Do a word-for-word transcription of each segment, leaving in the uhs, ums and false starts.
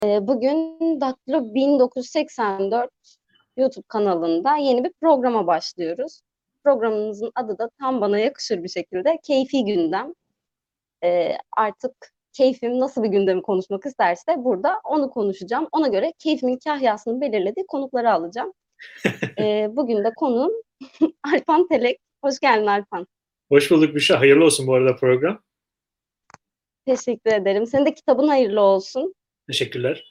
Ee, Bugün Daktilo bin dokuz yüz seksen dört YouTube kanalında yeni bir programa başlıyoruz. Programımızın adı da tam bana yakışır bir şekilde Keyfi Gündem. Ee, artık keyfim nasıl bir gündemi konuşmak isterse burada onu konuşacağım. Ona göre keyfimin kahyasını belirlediği konukları alacağım. Ee, bugün de konuğum Alpan Telek. Hoş geldin Alpan. Hoş bulduk Büşra. Hayırlı olsun bu arada program. Teşekkür ederim. Senin de kitabın hayırlı olsun. Teşekkürler.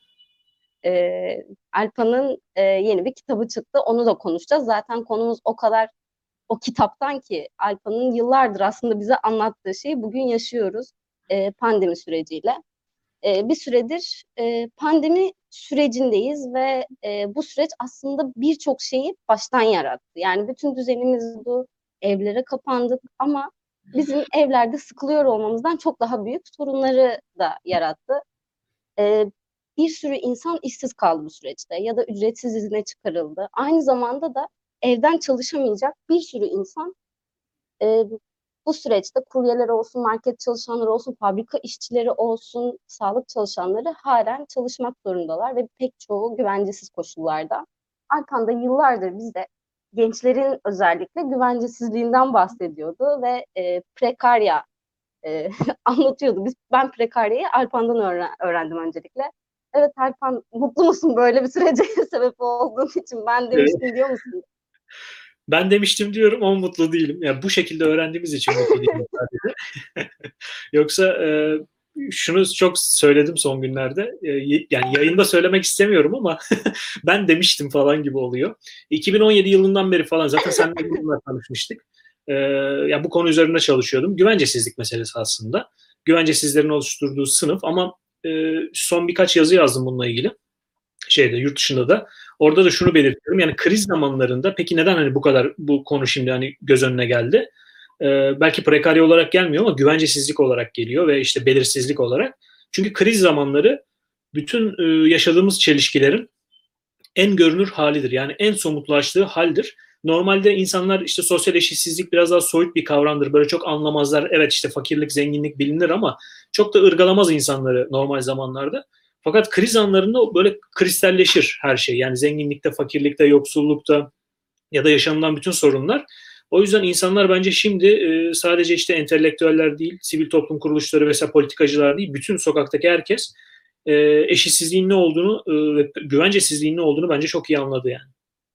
Ee, Alpan'ın e, yeni bir kitabı çıktı. Onu da konuşacağız. Zaten konumuz o kadar o kitaptan ki Alpa'nın yıllardır aslında bize anlattığı şeyi bugün yaşıyoruz e, pandemi süreciyle. E, bir süredir e, pandemi sürecindeyiz ve e, bu süreç aslında birçok şeyi baştan yarattı. Yani bütün düzenimiz bu, evlere kapandık ama bizim evlerde sıkılıyor olmamızdan çok daha büyük sorunları da yarattı. E, Bir sürü insan işsiz kaldı bu süreçte ya da ücretsiz izne çıkarıldı. Aynı zamanda da evden çalışamayacak bir sürü insan e, bu süreçte kuryeler olsun, market çalışanları olsun, fabrika işçileri olsun, sağlık çalışanları halen çalışmak zorundalar ve pek çoğu güvencesiz koşullarda. Arkanda yıllardır bizde gençlerin özellikle güvencesizliğinden bahsediyordu ve e, prekarya e, anlatıyordu. Biz, ben prekaryayı Alpan'dan öğren, öğrendim öncelikle. Evet Alpan, mutlu musun böyle bir sürece sebep olduğun için? Ben Evet. demiştim diyor musun? Ben demiştim diyorum ama mutlu değilim. Yani bu şekilde öğrendiğimiz için mutlu değilim sadece. Yoksa e, şunu çok söyledim son günlerde. E, yani yayında söylemek istemiyorum ama ben demiştim falan gibi oluyor. iki bin on yedi yılından beri falan zaten seninle bununla tanışmıştık. E, yani bu konu üzerinde çalışıyordum. Güvencesizlik meselesi aslında. Güvencesizlerin oluşturduğu sınıf ama e, son birkaç yazı yazdım bununla ilgili. Şeyde yurt dışında da. Orada da şunu belirtiyorum. Yani kriz zamanlarında peki neden hani bu kadar bu konu şimdi hani göz önüne geldi? Ee, belki prekarya olarak gelmiyor ama güvencesizlik olarak geliyor ve işte belirsizlik olarak. Çünkü kriz zamanları bütün e, yaşadığımız çelişkilerin en görünür halidir. Yani en somutlaştığı haldir. Normalde insanlar işte sosyal eşitsizlik biraz daha soyut bir kavramdır. Böyle çok anlamazlar. Evet işte fakirlik, zenginlik bilinir ama çok da ırgalamaz insanları normal zamanlarda. Fakat kriz anlarında böyle kristalleşir her şey. Yani zenginlikte, fakirlikte, yoksullukta ya da yaşanılan bütün sorunlar. O yüzden insanlar bence şimdi e, sadece işte entelektüeller değil, sivil toplum kuruluşları vesaire politikacılar değil, bütün sokaktaki herkes e, eşitsizliğin ne olduğunu e, ve güvencesizliğin ne olduğunu bence çok iyi anladı yani.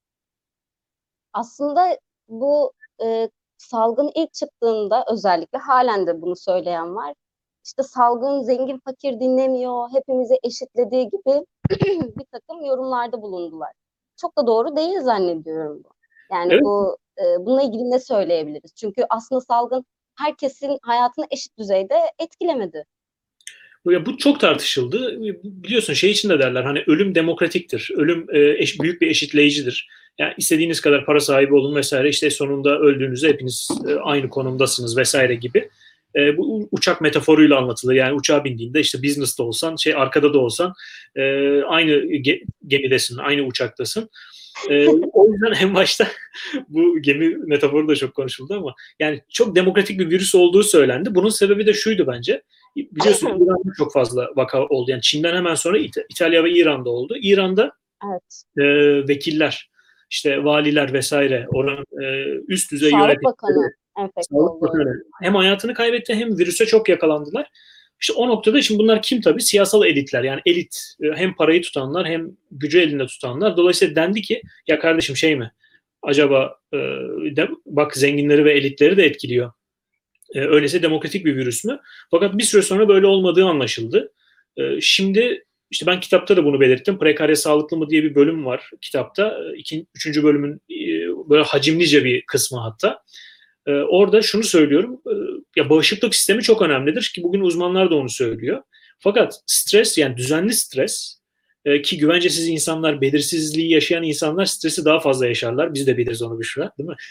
Aslında bu e, salgın ilk çıktığında özellikle halen de bunu söyleyen var. İşte salgın zengin fakir dinlemiyor, hepimizi eşitlediği gibi bir takım yorumlarda bulundular. Çok da doğru değil zannediyorum bu. Yani Evet. bu e, bununla ilgili ne söyleyebiliriz? Çünkü aslında salgın herkesin hayatını eşit düzeyde etkilemedi. Ya bu çok tartışıldı. Biliyorsun şey için de derler hani ölüm demokratiktir. Ölüm e, eş, büyük bir eşitleyicidir. Yani istediğiniz kadar para sahibi olun vesaire işte sonunda öldüğünüzde hepiniz e, aynı konumdasınız vesaire gibi. E, bu uçak metaforuyla anlatılır. Yani uçağa bindiğinde işte business'ta olsan, şey arkada da olsan e, aynı ge- gemidesin, aynı uçaktasın. E, o yüzden en başta bu gemi metaforu da çok konuşuldu ama yani çok demokratik bir virüs olduğu söylendi. Bunun sebebi de şuydu bence. Biliyorsun İran'da çok fazla vaka oldu. Yani Çin'den hemen sonra İta- İtalya ve İran'da oldu. İran'da Evet. e, vekiller, işte valiler vesaire, oranın e, üst düzey Sağlık yöneticileri, Bakanı enfekte sağlık oldu bakanı orada. hem hayatını kaybetti hem virüse çok yakalandılar. İşte o noktada şimdi bunlar kim tabii? Siyasal elitler. Yani elit e, hem parayı tutanlar hem gücü elinde tutanlar. Dolayısıyla dendi ki ya kardeşim şey mi? Acaba e, de, bak zenginleri ve elitleri de etkiliyor. E, öyleyse demokratik bir virüs mü? Fakat bir süre sonra böyle olmadığı anlaşıldı. E, şimdi işte ben kitapta da bunu belirttim. Prekarya sağlıklı mı diye bir bölüm var kitapta. E, İkinci, üçüncü bölümün e, böyle hacimlice bir kısmı hatta. E, orada şunu söylüyorum. E, ya bağışıklık sistemi çok önemlidir ki bugün uzmanlar da onu söylüyor. Fakat stres yani düzenli stres e, ki güvencesiz insanlar, belirsizliği yaşayan insanlar stresi daha fazla yaşarlar. Biz de biliriz onu Büşra, değil mi?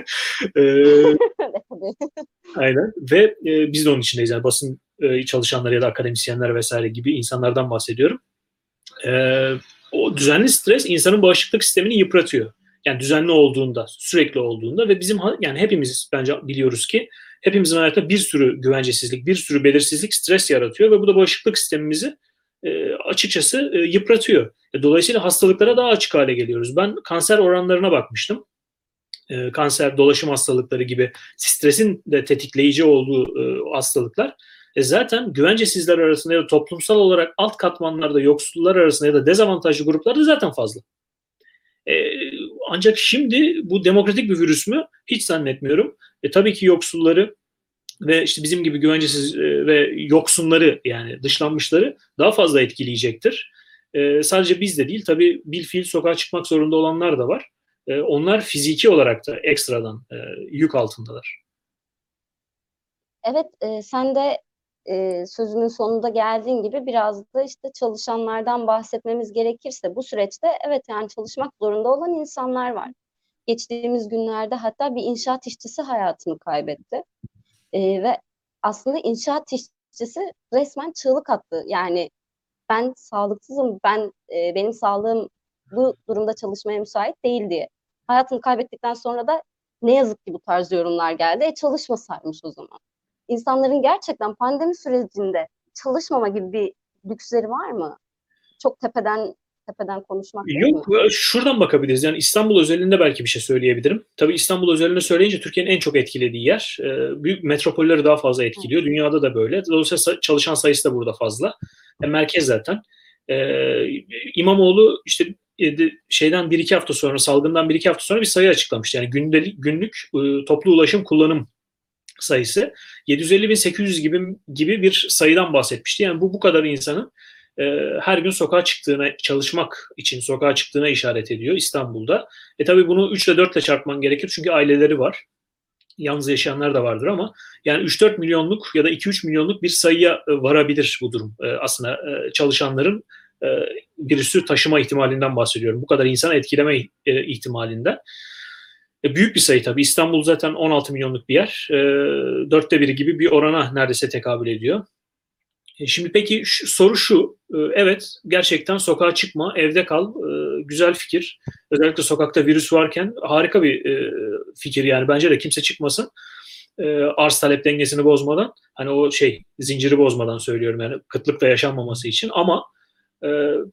e, Aynen ve e, biz de onun içindeyiz. Yani basın e, çalışanları ya da akademisyenler vesaire gibi insanlardan bahsediyorum. E, o düzenli stres insanın bağışıklık sistemini yıpratıyor. Yani düzenli olduğunda, sürekli olduğunda ve bizim yani hepimiz bence biliyoruz ki hepimizin hayatında bir sürü güvencesizlik, bir sürü belirsizlik stres yaratıyor ve bu da bağışıklık sistemimizi e, açıkçası e, yıpratıyor. E, dolayısıyla hastalıklara daha açık hale geliyoruz. Ben kanser oranlarına bakmıştım. E, kanser, dolaşım hastalıkları gibi stresin de tetikleyici olduğu e, hastalıklar. E, zaten güvencesizler arasında ya da toplumsal olarak alt katmanlarda yoksullar arasında ya da dezavantajlı gruplarda zaten fazla. E, ancak şimdi bu demokratik bir virüs mü? Hiç zannetmiyorum. E, tabii ki yoksulları ve işte bizim gibi güvencesiz e, ve yoksunları yani dışlanmışları daha fazla etkileyecektir. E, sadece biz de değil tabii bilfiil sokağa çıkmak zorunda olanlar da var. E, onlar fiziki olarak da ekstradan e, yük altındalar. Evet, e, sen de e, sözünün sonunda geldiğin gibi biraz da işte çalışanlardan bahsetmemiz gerekirse bu süreçte evet yani çalışmak zorunda olan insanlar var. Geçtiğimiz günlerde hatta bir inşaat işçisi hayatını kaybetti. E, ve aslında inşaat işçisi resmen çığlık attı. Yani ben sağlıksızım, ben e, benim sağlığım bu durumda çalışmaya müsait değil diye. Hayatını kaybettikten sonra da ne yazık ki bu tarz yorumlar geldi. E çalışmasaymış o zaman. İnsanların gerçekten pandemi sürecinde çalışmama gibi bir lüksleri var mı? Çok tepeden tepeden konuşmak değil mi? Yok, şuradan bakabiliriz. Yani İstanbul özelinde belki bir şey söyleyebilirim. Tabii İstanbul özelinde söyleyince Türkiye'nin en çok etkilediği yer. E, büyük metropolleri daha fazla Evet. etkiliyor. Dünyada da böyle. Dolayısıyla çalışan sayısı da burada fazla. E, merkez zaten. E, İmamoğlu işte e, şeyden bir iki hafta sonra, salgından bir iki hafta sonra bir sayı açıklamıştı. Yani gündelik, günlük e, toplu ulaşım kullanım sayısı yedi yüz elli bin sekiz yüz gibi gibi bir sayıdan bahsetmişti. Yani bu bu kadar insanın e, her gün sokağa çıktığına, çalışmak için sokağa çıktığına işaret ediyor İstanbul'da. E tabii bunu üç ile dört ile çarpman gerekir çünkü aileleri var. Yalnız yaşayanlar da vardır ama yani üç dört milyonluk ya da iki üç milyonluk bir sayıya e, varabilir bu durum. E, aslında e, çalışanların e, virüsü taşıma ihtimalinden bahsediyorum. Bu kadar insanı etkileme e, ihtimalinden. E, büyük bir sayı tabii. İstanbul zaten on altı milyonluk bir yer. E, dörtte biri gibi bir orana neredeyse tekabül ediyor. E, şimdi peki şu, soru şu. E, evet gerçekten sokağa çıkma, evde kal. E, güzel fikir. Özellikle sokakta virüs varken harika bir e, fikir yani. Bence de kimse çıkmasın. E, arz talep dengesini bozmadan. Hani o şey zinciri bozmadan söylüyorum yani kıtlıkla yaşanmaması için. Ama e,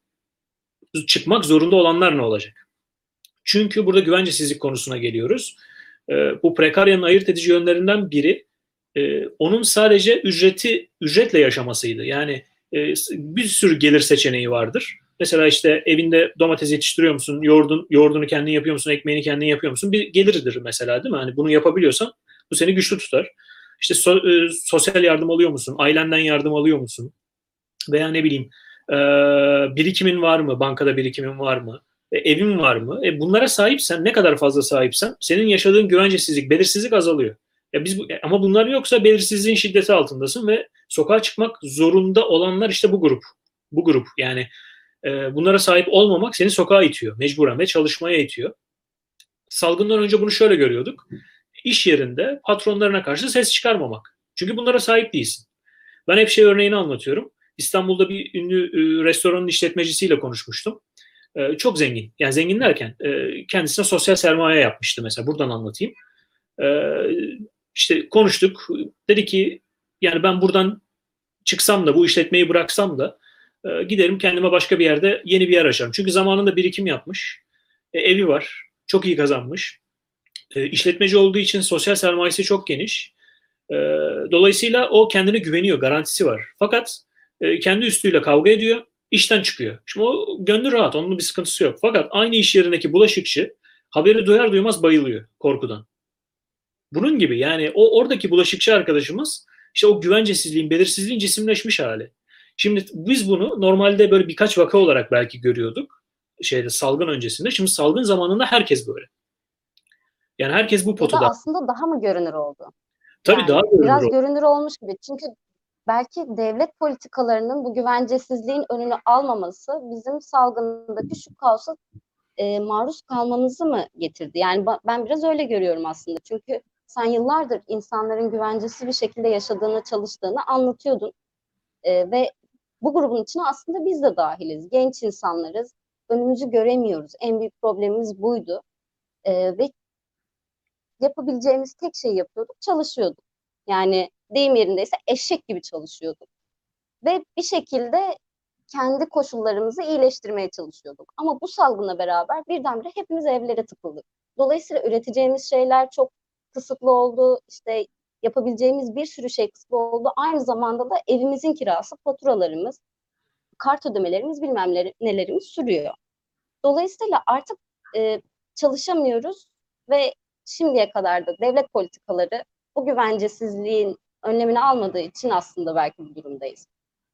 çıkmak zorunda olanlar ne olacak? Çünkü burada güvencesizlik konusuna geliyoruz. E, bu prekaryanın ayırt edici yönlerinden biri e, onun sadece ücreti ücretle yaşamasıydı. Yani e, bir sürü gelir seçeneği vardır. Mesela işte evinde domates yetiştiriyor musun? Yoğurdun, yoğurdunu kendin yapıyor musun? Ekmeğini kendin yapıyor musun? Bir geliridir mesela değil mi? Hani bunu yapabiliyorsan bu seni güçlü tutar. İşte so, e, sosyal yardım alıyor musun? Ailenden yardım alıyor musun? Veya ne bileyim e, birikimin var mı? Bankada birikimin var mı? E, evin var mı? E, bunlara sahipsen ne kadar fazla sahipsen senin yaşadığın güvencesizlik, belirsizlik azalıyor. Ya biz bu, ama bunlar yoksa belirsizliğin şiddeti altındasın ve sokağa çıkmak zorunda olanlar işte bu grup. Bu grup yani e, bunlara sahip olmamak seni sokağa itiyor mecburen ve çalışmaya itiyor. Salgından önce bunu şöyle görüyorduk. İş yerinde patronlarına karşı ses çıkarmamak. Çünkü bunlara sahip değilsin. Ben hep şey örneğini anlatıyorum. İstanbul'da bir ünlü e, restoranın işletmecisiyle konuşmuştum. E, çok zengin. Yani zengin derken e, kendisine sosyal sermaye yapmıştı mesela. Buradan anlatayım. E, işte konuştuk. Dedi ki yani ben buradan çıksam da bu işletmeyi bıraksam da e, giderim kendime başka bir yerde yeni bir yer açarım. Çünkü zamanında birikim yapmış. E, evi var. Çok iyi kazanmış. E, işletmeci olduğu için sosyal sermayesi çok geniş. E, dolayısıyla o kendine güveniyor, garantisi var. Fakat e, kendi üstüyle kavga ediyor, işten çıkıyor. Şimdi o gönlü rahat, onun bir sıkıntısı yok. Fakat aynı iş yerindeki bulaşıkçı haberi duyar duymaz bayılıyor korkudan. Bunun gibi yani o oradaki bulaşıkçı arkadaşımız işte o güvencesizliğin, belirsizliğin cisimleşmiş hali. Şimdi biz bunu normalde böyle birkaç vaka olarak belki görüyorduk şeyde salgın öncesinde. Şimdi salgın zamanında herkes böyle. Yani herkes bu Ya da potada. aslında daha mı görünür oldu? Tabii daha Yani görünür biraz o. görünür olmuş gibi. Çünkü belki devlet politikalarının bu güvencesizliğin önünü almaması bizim salgındaki şu kaosa e, maruz kalmamızı mı getirdi? Yani ben biraz öyle görüyorum aslında. Çünkü sen yıllardır insanların güvencesiz bir şekilde yaşadığını, çalıştığını anlatıyordun. E, ve bu grubun içine aslında biz de dahiliz. Genç insanlarız. Önümüzü göremiyoruz. En büyük problemimiz buydu. E, ve yapabileceğimiz tek şeyi yapıyorduk, çalışıyorduk. Yani deyim yerindeyse eşek gibi çalışıyorduk. Ve bir şekilde kendi koşullarımızı iyileştirmeye çalışıyorduk. Ama bu salgınla beraber birdenbire hepimiz evlere tıkıldık. Dolayısıyla üreteceğimiz şeyler çok kısıtlı oldu. İşte yapabileceğimiz bir sürü şey kısıtlı oldu. Aynı zamanda da evimizin kirası, faturalarımız, kart ödemelerimiz, bilmem nelerimiz sürüyor. Dolayısıyla artık e, çalışamıyoruz ve şimdiye kadar da devlet politikaları bu güvencesizliğin önlemini almadığı için aslında belki bu durumdayız.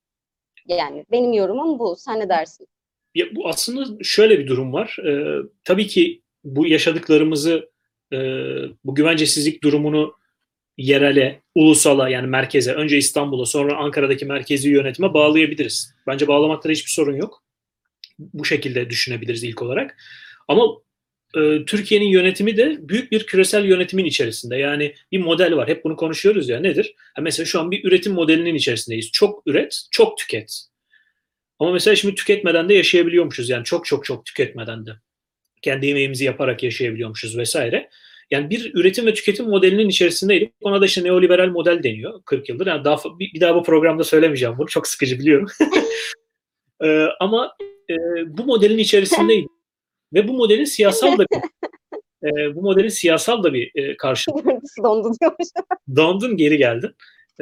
Yani benim yorumum bu. Sen ne dersin? Ya bu aslında şöyle bir durum var. Ee, tabii ki bu yaşadıklarımızı, e, bu güvencesizlik durumunu yerele, ulusala yani merkeze, önce İstanbul'a sonra Ankara'daki merkezi yönetime bağlayabiliriz. Bence bağlamakta hiçbir sorun yok. Bu şekilde düşünebiliriz ilk olarak. Ama e, Türkiye'nin yönetimi de büyük bir küresel yönetimin içerisinde. Yani bir model var. Hep bunu konuşuyoruz ya. Nedir? Ha mesela şu an bir üretim modelinin içerisindeyiz. Çok üret, çok tüket. Ama mesela şimdi tüketmeden de yaşayabiliyormuşuz. Yani çok çok çok tüketmeden de. Kendi yemeğimizi yaparak yaşayabiliyormuşuz vesaire. Yani bir üretim ve tüketim modelinin içerisindeydik. Ona da işte neoliberal model deniyor kırk yıldır. Yani daha bir, bir daha bu programda söylemeyeceğim bunu. Çok sıkıcı biliyorum. Ee, ama e, bu modelin içerisindeydik. Ve bu modelin siyasal da bir, e, bu modelin siyasal da bir e, karşılığı. Görüntüsü dondu diyormuş. Dondun geri geldin. E,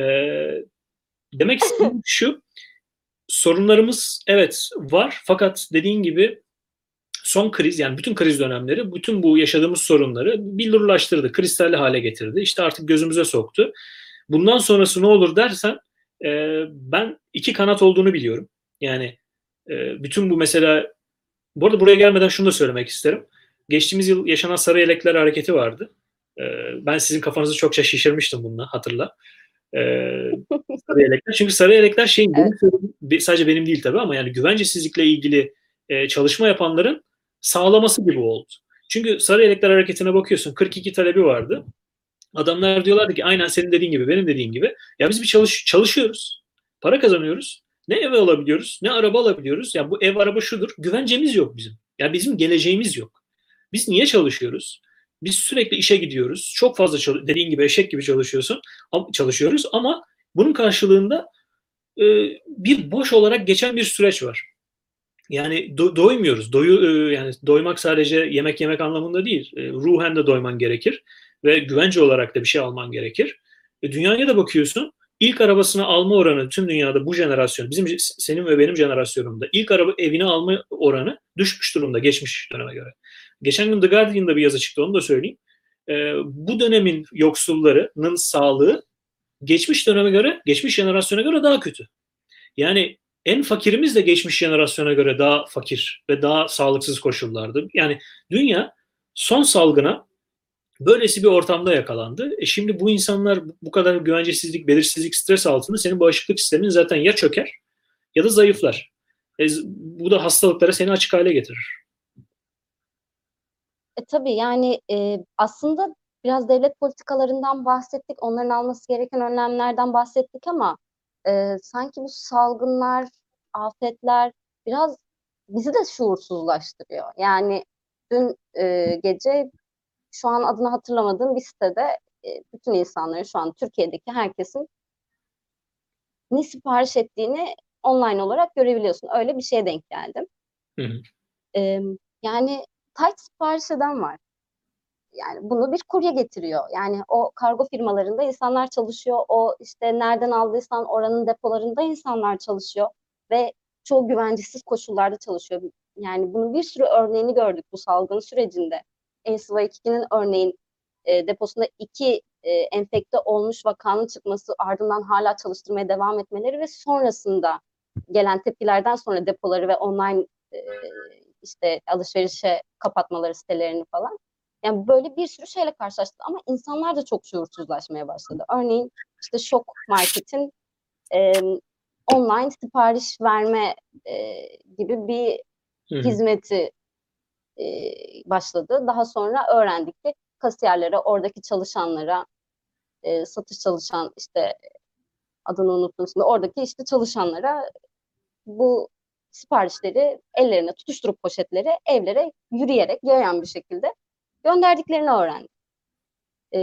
demek istediğim şu, sorunlarımız evet var fakat dediğin gibi son kriz yani bütün kriz dönemleri bütün bu yaşadığımız sorunları billurlaştırdı, kristalli hale getirdi. İşte artık gözümüze soktu. Bundan sonrası ne olur dersen e, ben iki kanat olduğunu biliyorum. Yani e, bütün bu mesela bu arada buraya gelmeden şunu da söylemek isterim. Geçtiğimiz yıl yaşanan Sarı Yelekler hareketi vardı. E, ben sizin kafanızı çokça şişirmiştim bununla hatırla. E, Sarı Yelekler. Çünkü Sarı Yelekler şeyin Evet. benim söylediğim, sadece benim değil tabii ama yani güvencesizlikle ilgili e, çalışma yapanların sağlaması gibi oldu. Çünkü Sarı Yelekler hareketine bakıyorsun kırk iki talebi vardı. Adamlar diyorlardı ki aynen senin dediğin gibi benim dediğim gibi ya biz bir çalış çalışıyoruz. Para kazanıyoruz. Ne ev alabiliyoruz ne araba alabiliyoruz. Ya bu ev araba şudur. Güvencemiz yok bizim. Ya bizim geleceğimiz yok. Biz niye çalışıyoruz? Biz sürekli işe gidiyoruz. Çok fazla çalış- dediğin gibi eşek gibi çalışıyorsun. Çalışıyoruz ama bunun karşılığında e, bir boş olarak geçen bir süreç var. Yani do- doymuyoruz. Doyu e, yani doymak sadece yemek yemek anlamında değil. E, ruhen de doyman gerekir ve güvence olarak da bir şey alman gerekir. E, dünyaya da bakıyorsun. İlk arabasını alma oranı tüm dünyada bu jenerasyon, bizim senin ve benim jenerasyonumda ilk araba evini alma oranı düşmüş durumda geçmiş döneme göre. Geçen gün The Guardian'da bir yazı çıktı onu da söyleyeyim. E, bu dönemin yoksullarının sağlığı geçmiş döneme göre, geçmiş jenerasyona göre daha kötü. Yani en fakirimiz de geçmiş jenerasyona göre daha fakir ve daha sağlıksız koşullardı. Yani dünya son salgına böylesi bir ortamda yakalandı. E şimdi bu insanlar bu kadar güvencesizlik, belirsizlik, stres altında senin bağışıklık sistemin zaten ya çöker ya da zayıflar. E, bu da hastalıklara seni açık hale getirir. E, tabii yani e, aslında biraz devlet politikalarından bahsettik. Onların alması gereken önlemlerden bahsettik ama e, sanki bu salgınlar, afetler biraz bizi de şuursuzlaştırıyor. Yani dün e, gece şu an adını hatırlamadığım bir sitede e, bütün insanları şu an Türkiye'deki herkesin ne sipariş ettiğini online olarak görebiliyorsun. Öyle bir şeye denk geldim. Hı hı. E, yani tayt sipariş eden var. Yani bunu bir kurye getiriyor. Yani o kargo firmalarında insanlar çalışıyor. O işte nereden aldıysan oranın depolarında insanlar çalışıyor. Ve çoğu güvencesiz koşullarda çalışıyor. Yani bunun bir sürü örneğini gördük bu salgın sürecinde. N C Y ikinin örneğin e, deposunda iki e, enfekte olmuş vakanın çıkması ardından hala çalıştırmaya devam etmeleri ve sonrasında gelen tepkilerden sonra depoları ve online e, işte alışverişe kapatmaları sitelerini falan. Yani böyle bir sürü şeyle karşılaştık ama insanlar da çok şuursuzlaşmaya başladı. Örneğin işte Şok Market'in e, online sipariş verme e, gibi bir Hı hı. hizmeti e, başladı. Daha sonra öğrendik ki kasiyerlere, oradaki çalışanlara, e, satış çalışan işte adını unuttum şimdi, oradaki işte çalışanlara bu siparişleri ellerine tutuşturup poşetleri evlere yürüyerek yayan bir şekilde gönderdiklerini öğrendik. E,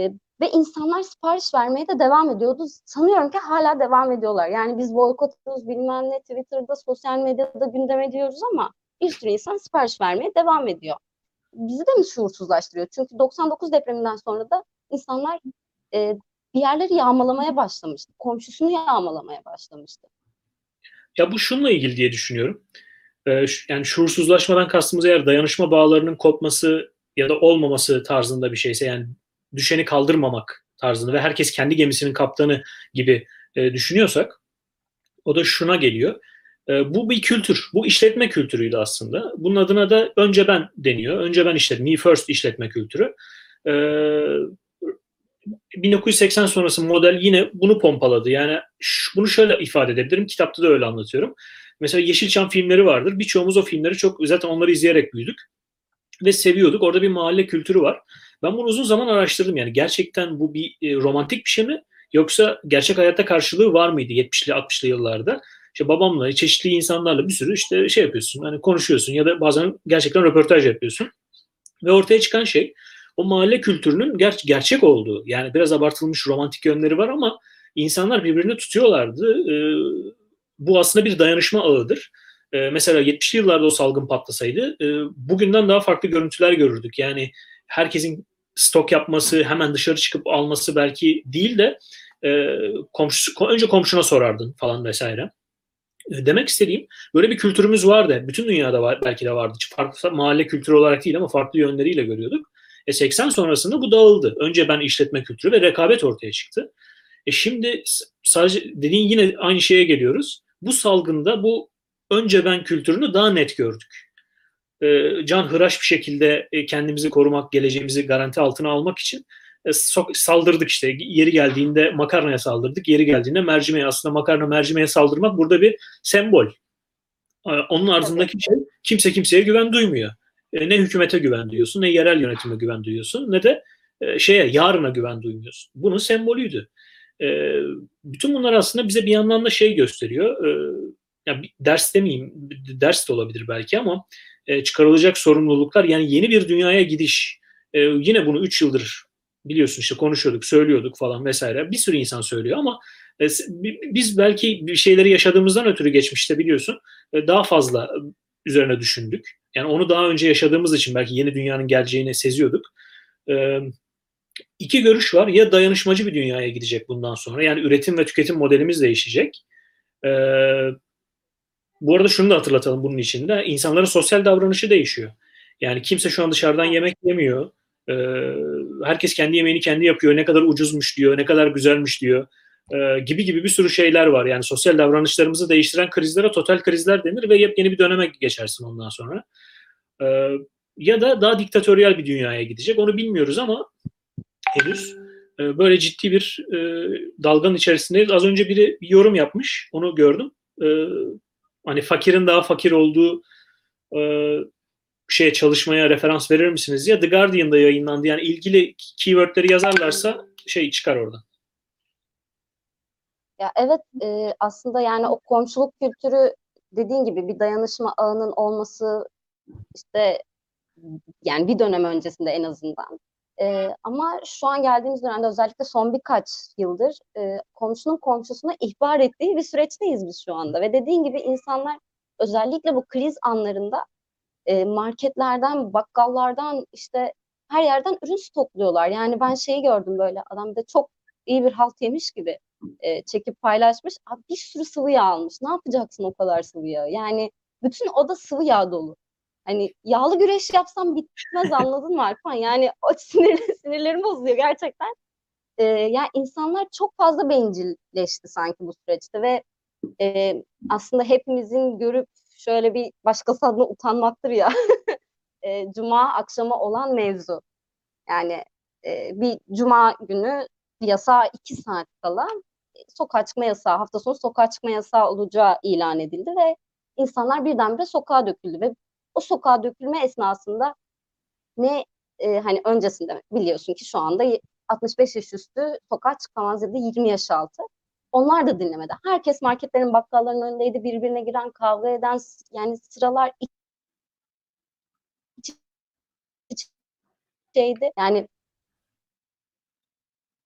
Ve insanlar sipariş vermeye de devam ediyordu. Sanıyorum ki hala devam ediyorlar. Yani biz boykot ediyoruz, bilmem ne, Twitter'da, sosyal medyada gündem ediyoruz ama bir sürü insan sipariş vermeye devam ediyor. Bizi de mi şuursuzlaştırıyor? Çünkü doksan dokuz depreminden sonra da insanlar e, bir yerleri yağmalamaya başlamıştı. Komşusunu yağmalamaya başlamıştı. Ya bu şununla ilgili diye düşünüyorum. Ee, yani şuursuzlaşmadan kastımız eğer dayanışma bağlarının kopması ya da olmaması tarzında bir şeyse, yani düşeni kaldırmamak tarzında ve herkes kendi gemisinin kaptanı gibi e, düşünüyorsak, o da şuna geliyor. E, bu bir kültür. Bu işletme kültürüydü aslında. Bunun adına da önce ben deniyor. Önce ben işletme, me first işletme kültürü. E, bin dokuz yüz seksen sonrası model yine bunu pompaladı. Yani bunu şöyle ifade edebilirim. Kitapta da öyle anlatıyorum. Mesela Yeşilçam filmleri vardır. Birçoğumuz o filmleri çok, zaten onları izleyerek büyüdük ve seviyorduk. Orada bir mahalle kültürü var. Ben bunu uzun zaman araştırdım. Yani gerçekten bu bir e, romantik bir şey mi? Yoksa gerçek hayatta karşılığı var mıydı yetmişli altmışlı yıllarda? İşte babamla, çeşitli insanlarla bir sürü işte şey yapıyorsun. Hani konuşuyorsun ya da bazen gerçekten röportaj yapıyorsun. Ve ortaya çıkan şey o mahalle kültürünün ger- gerçek olduğu. Yani biraz abartılmış romantik yönleri var ama insanlar birbirini tutuyorlardı. Ee, bu aslında bir dayanışma ağıdır. Ee, mesela yetmişli yıllarda o salgın patlasaydı e, bugünden daha farklı görüntüler görürdük. Yani herkesin stok yapması, hemen dışarı çıkıp alması belki değil de e, komşusu, önce komşuna sorardın falan vesaire. Demek istediğim, böyle bir kültürümüz vardı. Bütün dünyada var, belki de vardı. Farklı mahalle kültürü olarak değil ama farklı yönleriyle görüyorduk. E seksen sonrasında bu dağıldı. Önce ben işletme kültürü ve rekabet ortaya çıktı. E şimdi sadece dediğin yine aynı şeye geliyoruz. Bu salgında bu önce ben kültürünü daha net gördük. E, can hıraş bir şekilde e, kendimizi korumak, geleceğimizi garanti altına almak için e, so- saldırdık işte. Yeri geldiğinde makarnaya saldırdık, yeri geldiğinde mercimeğe. Aslında makarna mercimeğe saldırmak burada bir sembol. E, onun Tabii. ardındaki şey, kimse kimseye güven duymuyor. E, ne hükümete güven duyuyorsun, ne yerel yönetime güven duyuyorsun, ne de e, şeye, yarına güven duymuyorsun. Bunun sembolüydü. E, bütün bunlar aslında bize bir yandan da şey gösteriyor. E, yani ders demeyeyim, ders de olabilir belki ama e, çıkarılacak sorumluluklar, yani yeni bir dünyaya gidiş. E, yine bunu üç yıldır biliyorsun, işte konuşuyorduk, söylüyorduk falan vesaire. Bir sürü insan söylüyor ama e, biz belki bir şeyleri yaşadığımızdan ötürü geçmişte biliyorsun e, daha fazla üzerine düşündük. Yani onu daha önce yaşadığımız için belki yeni dünyanın geleceğini seziyorduk. E, iki görüş var. Ya dayanışmacı bir dünyaya gidecek bundan sonra. Yani üretim ve tüketim modelimiz değişecek. E, bu arada şunu da hatırlatalım bunun içinde. İnsanların sosyal davranışı değişiyor. Yani kimse şu an dışarıdan yemek yemiyor. E, herkes kendi yemeğini kendi yapıyor. Ne kadar ucuzmuş diyor, ne kadar güzelmiş diyor. E, gibi gibi bir sürü şeyler var. Yani sosyal davranışlarımızı değiştiren krizlere total krizler denir ve yepyeni bir döneme geçersin ondan sonra. E, ya da daha diktatöryel bir dünyaya gidecek. Onu bilmiyoruz ama henüz e, böyle ciddi bir e, dalganın içerisindeyiz. Az önce biri bir yorum yapmış. Onu gördüm. E, hani fakirin daha fakir olduğu e, şeye, çalışmaya referans verir misiniz diye The Guardian'da yayınlandı. Yani ilgili keywordleri yazarlarsa şey çıkar orada. Ya evet, e, aslında yani o komşuluk kültürü dediğin gibi bir dayanışma ağının olması işte yani bir dönem öncesinde en azından. E, ama şu an geldiğimiz dönemde özellikle son birkaç yıldır e, komşunun komşusuna ihbar ettiği bir süreçteyiz biz şu anda. Ve dediğin gibi insanlar özellikle bu kriz anlarında e, marketlerden, bakkallardan işte her yerden ürün stokluyorlar. Yani ben şeyi gördüm böyle adam da çok iyi bir halt yemiş gibi e, çekip paylaşmış. Abi bir sürü sıvı yağ almış. Ne yapacaksın o kadar sıvı yağ? Yani bütün oda sıvı yağ dolu. Hani yağlı güreş yapsam bitmez anladın mı Alpan? Yani o sinir, sinirlerim bozuluyor gerçekten. E, yani insanlar çok fazla bencilleşti sanki bu süreçte ve e, aslında hepimizin görüp şöyle bir başkası adına utanmaktır ya e, cuma akşamı olan mevzu. Yani e, bir cuma günü yasağa iki saat kala e, sokağa çıkma yasağı, hafta sonu sokağa çıkma yasağı olacağı ilan edildi ve insanlar birdenbire sokağa döküldü ve o sokağa dökülme esnasında ne e, hani öncesinde biliyorsun ki şu anda altmış beş yaş üstü sokağa çıkamaz ya da yirmi yaş altı. Onlar da dinlemedi. Herkes marketlerin, bakkalların önündeydi. Birbirine giren, kavga eden yani sıralar iç içeydi. Yani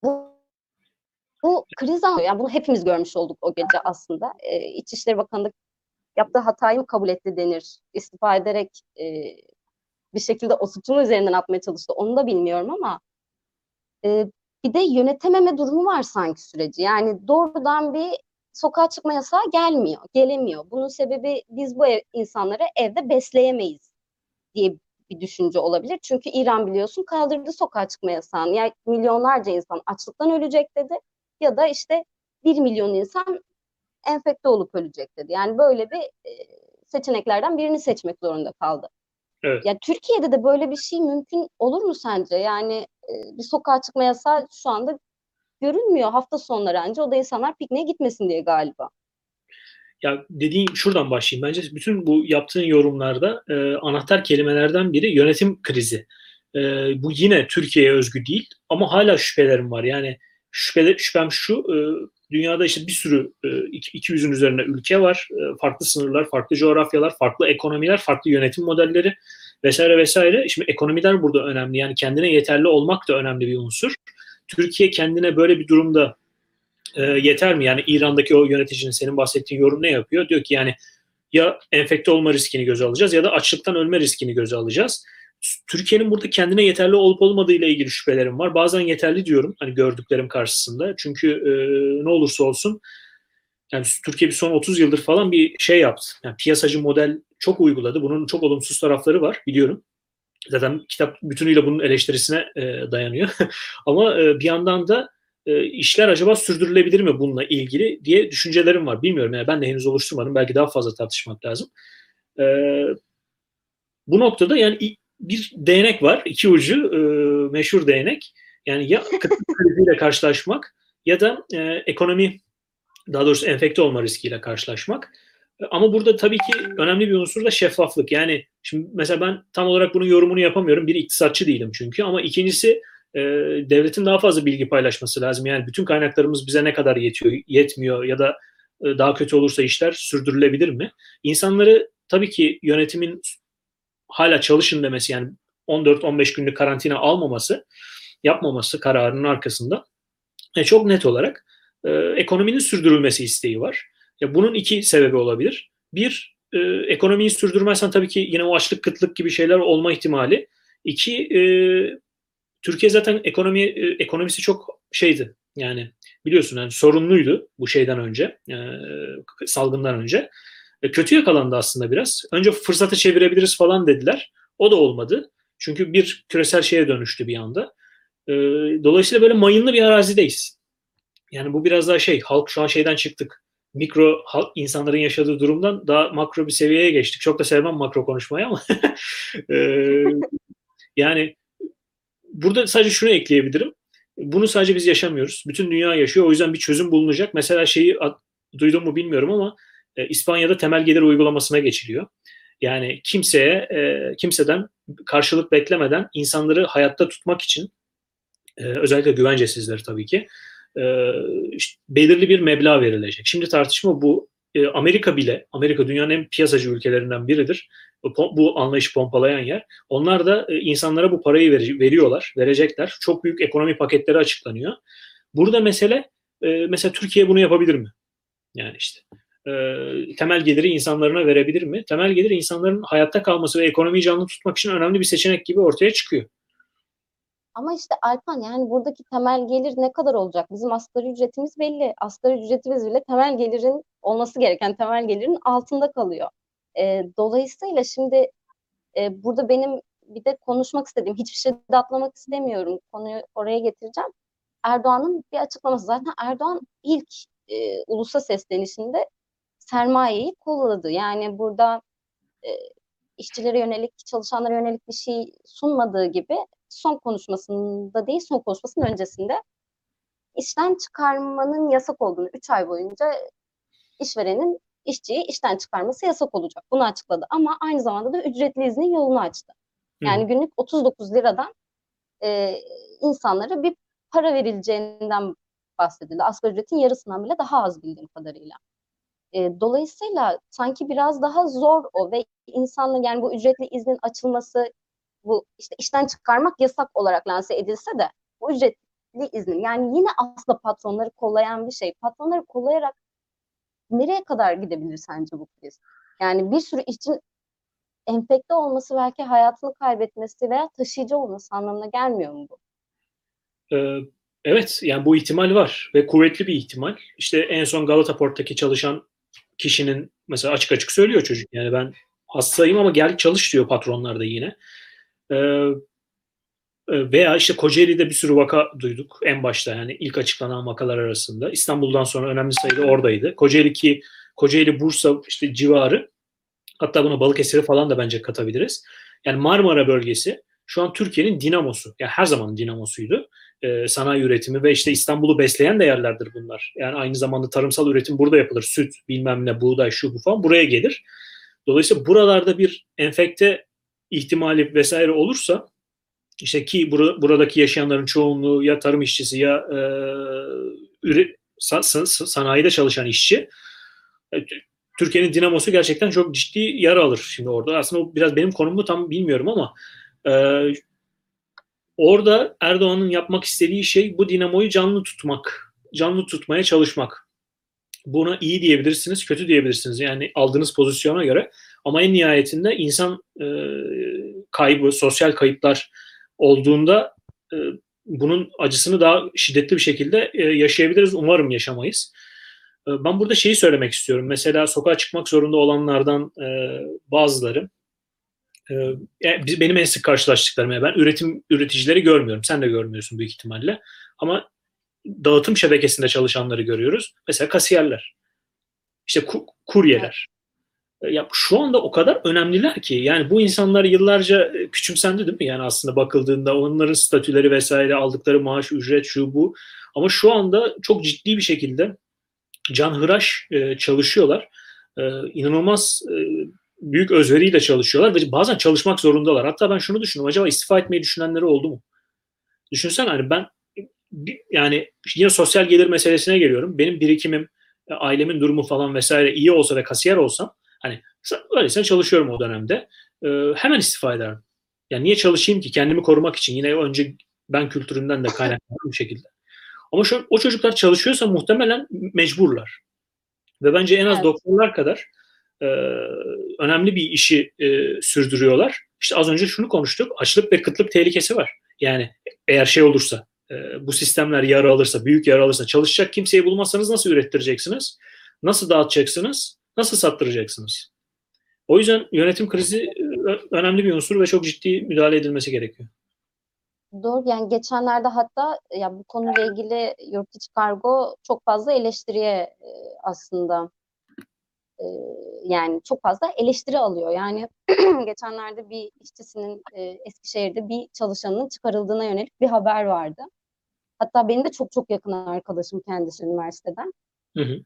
bu, bu kriz anı, yani bunu hepimiz görmüş olduk o gece aslında. E, İçişleri Bakanı da yaptığı hatayı mı kabul etti denir, istifa ederek e, bir şekilde o suçunu üzerinden atmaya çalıştı. Onu da bilmiyorum ama e, bir de yönetememe durumu var sanki süreci. Yani doğrudan bir sokağa çıkma yasağı gelmiyor, gelemiyor. Bunun sebebi biz bu ev, insanları evde besleyemeyiz diye bir düşünce olabilir. Çünkü İran biliyorsun kaldırdı sokağa çıkma yasağını. Yani milyonlarca insan açlıktan ölecek dedi ya da işte bir milyon insan enfekte olup ölecek dedi. Yani böyle bir e, seçeneklerden birini seçmek zorunda kaldı. Evet. Ya Türkiye'de de böyle bir şey mümkün olur mu sence? Yani e, bir sokağa çıkma yasağı şu anda görünmüyor. Hafta sonları anca, o da insanlar pikniğe gitmesin diye galiba. Ya dediğin şuradan başlayayım. Bence bütün bu yaptığın yorumlarda e, anahtar kelimelerden biri yönetim krizi. E, bu yine Türkiye'ye özgü değil ama hala şüphelerim var. Yani şüphele, şüphem şu, e, dünyada işte bir sürü e, iki yüzün üzerinde ülke var. E, farklı sınırlar, farklı coğrafyalar, farklı ekonomiler, farklı yönetim modelleri vesaire vesaire. Şimdi ekonomiler burada önemli. Yani kendine yeterli olmak da önemli bir unsur. Türkiye kendine böyle bir durumda e, yeter mi? Yani İran'daki o yöneticinin senin bahsettiğin yorum ne yapıyor? Diyor ki yani ya enfekte olma riskini göze alacağız ya da açlıktan ölme riskini göze alacağız. Türkiye'nin burada kendine yeterli olup olmadığı ile ilgili şüphelerim var. Bazen yeterli diyorum hani gördüklerim karşısında. Çünkü e, ne olursa olsun yani Türkiye bir son otuz yıldır falan bir şey yaptı. Yani piyasacı model çok uyguladı. Bunun çok olumsuz tarafları var biliyorum. Zaten kitap bütünüyle bunun eleştirisine e, dayanıyor. Ama e, bir yandan da e, işler acaba sürdürülebilir mi bununla ilgili diye düşüncelerim var. Bilmiyorum yani ben de henüz oluşturmadım. Belki daha fazla tartışmak lazım. E, bu noktada yani bir değnek var. İki ucu e, meşhur değnek. Yani ya kıtlık kriziyle karşılaşmak ya da e, ekonomi daha doğrusu enfekte olma riskiyle karşılaşmak. Ama burada tabii ki önemli bir unsur da şeffaflık. Yani şimdi mesela ben tam olarak bunun yorumunu yapamıyorum. Bir iktisatçı değilim çünkü. Ama ikincisi e, devletin daha fazla bilgi paylaşması lazım. Yani bütün kaynaklarımız bize ne kadar yetiyor, yetmiyor ya da e, daha kötü olursa işler sürdürülebilir mi? İnsanları tabii ki yönetimin hala çalışın demesi yani on dört on beş günlük karantina almaması, yapmaması kararının arkasında e, çok net olarak e, ekonominin sürdürülmesi isteği var. Ya bunun iki sebebi olabilir. Bir, e, ekonomiyi sürdürmezsen tabii ki yine o açlık, kıtlık gibi şeyler olma ihtimali. İki, e, Türkiye zaten ekonomi e, ekonomisi çok şeydi. Yani biliyorsun yani sorunluydu bu şeyden önce, e, salgından önce. E, kötü yakalandı aslında biraz. Önce fırsatı çevirebiliriz falan dediler. O da olmadı. Çünkü bir küresel şeye dönüştü bir anda. E, dolayısıyla böyle mayınlı bir arazideyiz. Yani bu biraz daha şey, halk şu an şeyden çıktık. Mikro halk, insanların yaşadığı durumdan daha makro bir seviyeye geçtik. Çok da sevmem makro konuşmayı ama ee, yani burada sadece şunu ekleyebilirim. Bunu sadece biz yaşamıyoruz. Bütün dünya yaşıyor. O yüzden bir çözüm bulunacak. Mesela şeyi duydum mu bilmiyorum ama e, İspanya'da temel gelir uygulamasına geçiliyor. Yani kimseye, e, kimseden karşılık beklemeden insanları hayatta tutmak için e, özellikle güvencesizleri tabii ki e, işte belirli bir meblağ verilecek. Şimdi tartışma bu. E, Amerika bile, Amerika dünyanın en piyasacı ülkelerinden biridir. Bu, bu anlayışı pompalayan yer. Onlar da e, insanlara bu parayı ver, veriyorlar, verecekler. Çok büyük ekonomi paketleri açıklanıyor. Burada mesele, e, mesela Türkiye bunu yapabilir mi? Yani işte e, temel geliri insanlarına verebilir mi? Temel gelir insanların hayatta kalması ve ekonomiyi canlı tutmak için önemli bir seçenek gibi ortaya çıkıyor. Ama işte Alpan, yani buradaki temel gelir ne kadar olacak? Bizim asgari ücretimiz belli. Asgari ücretimiz bile temel gelirin, olması gereken temel gelirin altında kalıyor. E, dolayısıyla şimdi e, burada benim bir de konuşmak istediğim, hiçbir şey de atlamak istemiyorum. Konuyu oraya getireceğim. Erdoğan'ın bir açıklaması. Zaten Erdoğan ilk e, ulusa seslenişinde sermayeyi kolladı. Yani burada e, işçilere yönelik, çalışanlara yönelik bir şey sunmadığı gibi son konuşmasında değil, son konuşmasının öncesinde işten çıkarmanın yasak olduğunu, üç ay boyunca işverenin işçiyi işten çıkarması yasak olacak. Bunu açıkladı ama aynı zamanda da ücretli iznin yolunu açtı. Hı hı. Yani günlük otuz dokuz liradan e, insanlara bir para verileceğinden bahsedildi. Asgari ücretin yarısından bile daha az bildiğim kadarıyla. E, dolayısıyla sanki biraz daha zor o ve insanla, yani bu ücretli iznin açılması, bu işte işten çıkarmak yasak olarak lanse edilse de bu ücretli gerekli iznim. Yani yine aslında patronları kollayan bir şey. Patronları kollayarak nereye kadar gidebilir sence bu kriz? Yani bir sürü işçinin enfekte olması belki hayatını kaybetmesi veya taşıyıcı olması anlamına gelmiyor mu bu? Ee, evet, yani bu ihtimal var ve kuvvetli bir ihtimal. İşte en son Galata Port'taki çalışan kişinin mesela açık açık söylüyor çocuk. Yani ben hastayım ama gel çalış diyor patronlar da yine. Ee, Veya işte Kocaeli'de bir sürü vaka duyduk en başta, yani ilk açıklanan vakalar arasında. İstanbul'dan sonra önemli sayıda oradaydı. Kocaeli ki Kocaeli, Bursa işte civarı, hatta buna Balıkesir'i falan da bence katabiliriz. Yani Marmara bölgesi şu an Türkiye'nin dinamosu. Yani her zaman dinamosuydu. Ee, sanayi üretimi ve işte İstanbul'u besleyen de yerlerdir bunlar. Yani aynı zamanda tarımsal üretim burada yapılır. Süt, bilmem ne, buğday, şu bu falan buraya gelir. Dolayısıyla buralarda bir enfekte ihtimali vesaire olursa, işte ki bur- buradaki yaşayanların çoğunluğu ya tarım işçisi ya e, üre, sa- sa- sanayide çalışan işçi. E, Türkiye'nin dinamosu gerçekten çok ciddi yara alır şimdi orada. Aslında o biraz benim konumu tam bilmiyorum ama e, orada Erdoğan'ın yapmak istediği şey bu dinamoyu canlı tutmak, canlı tutmaya çalışmak. Buna iyi diyebilirsiniz, kötü diyebilirsiniz. Yani aldığınız pozisyona göre. Ama en nihayetinde insan e, kaybı, sosyal kayıplar olduğunda e, bunun acısını daha şiddetli bir şekilde e, yaşayabiliriz. Umarım yaşamayız. E, ben burada şeyi söylemek istiyorum. Mesela sokağa çıkmak zorunda olanlardan e, bazıları, e, yani biz, benim en sık karşılaştıklarım, yani ben üretim üreticileri görmüyorum. Sen de görmüyorsun büyük ihtimalle. Ama dağıtım şebekesinde çalışanları görüyoruz. Mesela kasiyerler, işte ku- Evet. kuryeler. E, Ya şu anda o kadar önemliler ki, yani bu insanlar yıllarca e, küçümsendi değil mi? Yani aslında bakıldığında onların statüleri vesaire, aldıkları maaş, ücret, şu bu. Ama şu anda çok ciddi bir şekilde canhıraş e, çalışıyorlar. E, inanılmaz e, büyük özveriyle çalışıyorlar ve bazen çalışmak zorundalar. Hatta ben şunu düşünüyorum. Acaba istifa etmeyi düşünenleri oldu mu? Düşünsen hani ben, yani yine sosyal gelir meselesine geliyorum. Benim birikimim, e, ailemin durumu falan vesaire iyi olsa ve kasiyer olsam, hani öyleyse çalışıyorum o dönemde. E, hemen istifa ederim. Yani niye çalışayım ki? Kendimi korumak için. Yine önce ben kültüründen de kaynaklı bir şekilde. Ama şu, o çocuklar çalışıyorsa muhtemelen mecburlar. Ve bence en az Evet. doktorlar kadar e, önemli bir işi e, sürdürüyorlar. İşte az önce şunu konuştuk. Açlık ve kıtlık tehlikesi var. Yani eğer şey olursa, e, bu sistemler yara alırsa, büyük yara alırsa, çalışacak kimseyi bulmazsanız nasıl ürettireceksiniz? Nasıl dağıtacaksınız? Nasıl sattıracaksınız? O yüzden yönetim krizi e, önemli bir unsur ve çok ciddi müdahale edilmesi gerekiyor. Doğru, yani geçenlerde hatta ya bu konuyla ilgili yurt içi kargo çok fazla eleştiriye e, aslında e, yani çok fazla eleştiri alıyor. Yani geçenlerde bir işçisinin e, Eskişehir'de bir çalışanının çıkarıldığına yönelik bir haber vardı. Hatta benim de çok çok yakın arkadaşım kendisi üniversiteden. Hı hı.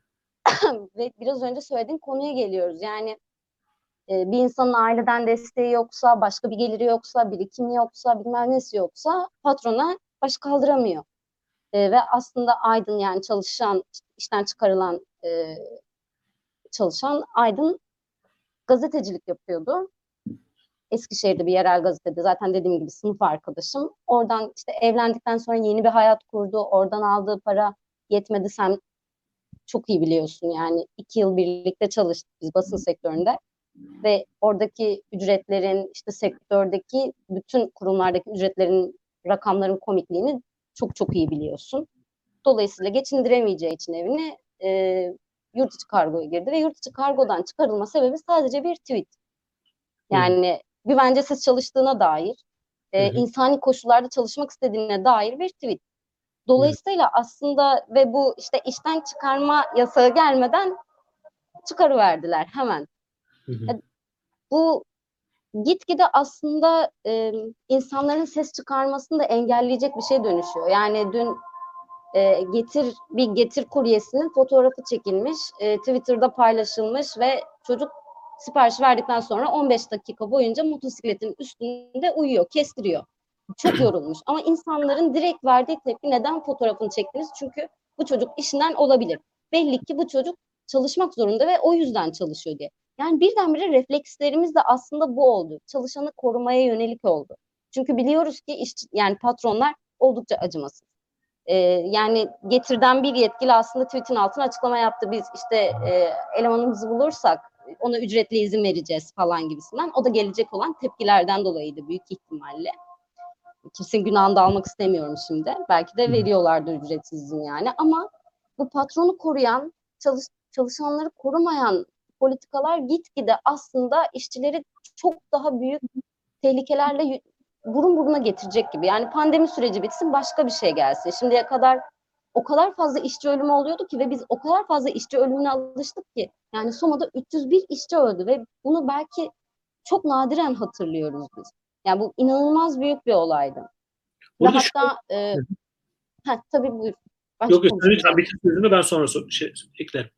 Ve biraz önce söylediğim konuya geliyoruz. Yani e, bir insanın aileden desteği yoksa, başka bir geliri yoksa, birikimi yoksa, bilmem nesi yoksa patrona baş kaldıramıyor. E, ve aslında Aydın, yani çalışan, işten çıkarılan e, çalışan Aydın gazetecilik yapıyordu. Eskişehir'de bir yerel gazetede, zaten dediğim gibi sınıf arkadaşım. Oradan işte evlendikten sonra yeni bir hayat kurdu. Oradan aldığı para yetmedi, sen çok iyi biliyorsun. Yani iki yıl birlikte çalıştık biz basın sektöründe. Ve oradaki ücretlerin, işte sektördeki bütün kurumlardaki ücretlerin, rakamların komikliğini çok çok iyi biliyorsun. Dolayısıyla geçindiremeyeceği için evini e, yurt içi kargoya girdi ve yurt içi kargodan çıkarılma sebebi sadece bir tweet. Hı hı. Yani güvencesiz çalıştığına dair, Hı e, hı. insani koşullarda çalışmak istediğine dair bir tweet. Hı hı. Dolayısıyla aslında ve bu işte işten çıkarma yasağı gelmeden çıkarıverdiler hemen. Hı hı. E, bu gitgide aslında e, insanların ses çıkarmasını da engelleyecek bir şey dönüşüyor. Yani dün e, getir bir getir kuryesinin fotoğrafı çekilmiş, e, Twitter'da paylaşılmış ve çocuk sipariş verdikten sonra on beş dakika boyunca motosikletin üstünde uyuyor, kestiriyor. Çok yorulmuş. Ama insanların direkt verdiği tepki, neden fotoğrafını çektiniz? Çünkü bu çocuk işinden olabilir. Belli ki bu çocuk çalışmak zorunda ve o yüzden çalışıyor diye. Yani birdenbire reflekslerimiz de aslında bu oldu. Çalışanı korumaya yönelik oldu. Çünkü biliyoruz ki iş, yani patronlar oldukça acımasız. E, yani Getir'den bir yetkili aslında tweetin altına açıklama yaptı. Biz işte e, elemanımızı bulursak ona ücretli izin vereceğiz falan gibisinden. O da gelecek olan tepkilerden dolayıydı büyük ihtimalle. Kimsenin günahını da almak istemiyorum şimdi. Belki de veriyorlardı ücretsiz izin yani. Ama bu patronu koruyan, çalış, çalışanları korumayan politikalar gitgide aslında işçileri çok daha büyük tehlikelerle burun buruna getirecek gibi. Yani pandemi süreci bitsin, başka bir şey gelsin. Şimdiye kadar o kadar fazla işçi ölümü oluyordu ki ve biz o kadar fazla işçi ölümüne alıştık ki. Yani Soma'da üç yüz bir işçi öldü ve bunu belki çok nadiren hatırlıyoruz biz. Yani bu inanılmaz büyük bir olaydı. Ve Burada şu hatta e, ha, tabii buyur. Başka yok yok lütfen konuşmayacağım. bitir sözünü, ben sonra so- şey, eklerim.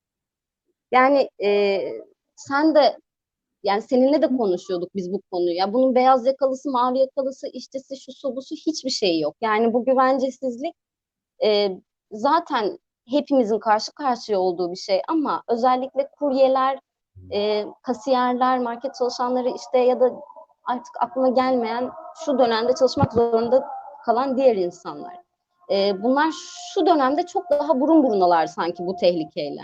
Yani e, sen de yani seninle de konuşuyorduk biz bu konuyu. Ya bunun beyaz yakalısı, mavi yakalısı, işçisi, şusu, busu hiçbir şey yok. Yani bu güvencesizlik e, zaten hepimizin karşı karşıya olduğu bir şey ama özellikle kuryeler, e, kasiyerler, market çalışanları işte ya da artık aklına gelmeyen şu dönemde çalışmak zorunda kalan diğer insanlar. E, bunlar şu dönemde çok daha burun burunalar sanki bu tehlikeyle.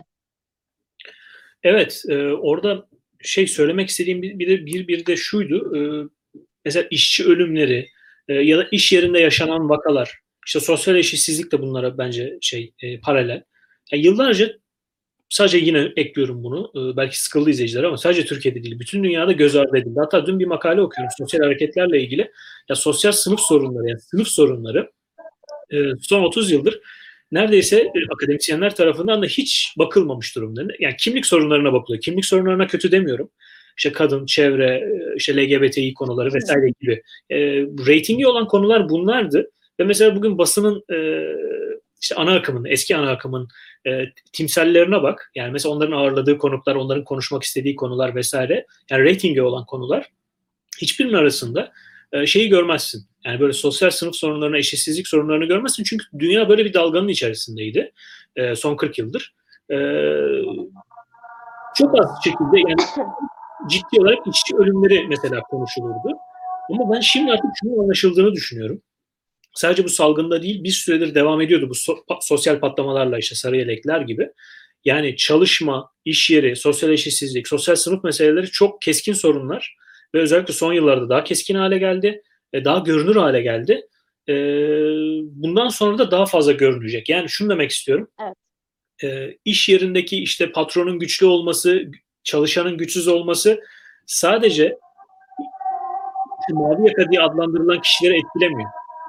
Evet, e, orada şey söylemek istediğim bir, bir de bir, bir de şuydu. E, mesela işçi ölümleri e, ya da iş yerinde yaşanan vakalar, işte sosyal eşitsizlik de bunlara bence şey e, paralel. Yani yıllarca sadece yine ekliyorum bunu. E, belki sıkıldı izleyiciler ama sadece Türkiye'de değil, bütün dünyada göz ardı edildi. Hatta dün bir makale okuyorum sosyal hareketlerle ilgili. Ya sosyal sınıf sorunları, yani sınıf sorunları e, son otuz yıldır neredeyse e, akademisyenler tarafından da hiç bakılmamış durumda. Yani kimlik sorunlarına bakılıyor. Kimlik sorunlarına kötü demiyorum. İşte kadın, çevre, e, işte L G B T İ konuları vesaire gibi. E, reytingi olan konular bunlardı. Ve mesela bugün basının e, işte ana akımın, eski ana akımın e, timsallerine bak. Yani mesela onların ağırladığı konuklar, onların konuşmak istediği konular vesaire. Yani reytingi olan konular hiçbirinin arasında e, şeyi görmezsin. Yani böyle sosyal sınıf sorunlarını, eşitsizlik sorunlarını görmezsin. Çünkü dünya böyle bir dalganın içerisindeydi e, son kırk yıldır. E, çok az şekilde yani ciddi olarak işçi ölümleri mesela konuşulurdu. Ama ben şimdi artık şunun anlaşıldığını düşünüyorum. Sadece bu salgında değil, bir süredir devam ediyordu bu so- sosyal patlamalarla, işte sarı yelekler gibi. Yani çalışma, iş yeri, sosyal eşitsizlik, sosyal sınıf meseleleri çok keskin sorunlar ve özellikle son yıllarda daha keskin hale geldi, e, daha görünür hale geldi. E, bundan sonra da daha fazla görünecek. Yani şunu demek istiyorum. Evet. E, iş yerindeki işte patronun güçlü olması, çalışanın güçsüz olması sadece işte mavi yaka diye adlandırılan kişileri etkilemiyor.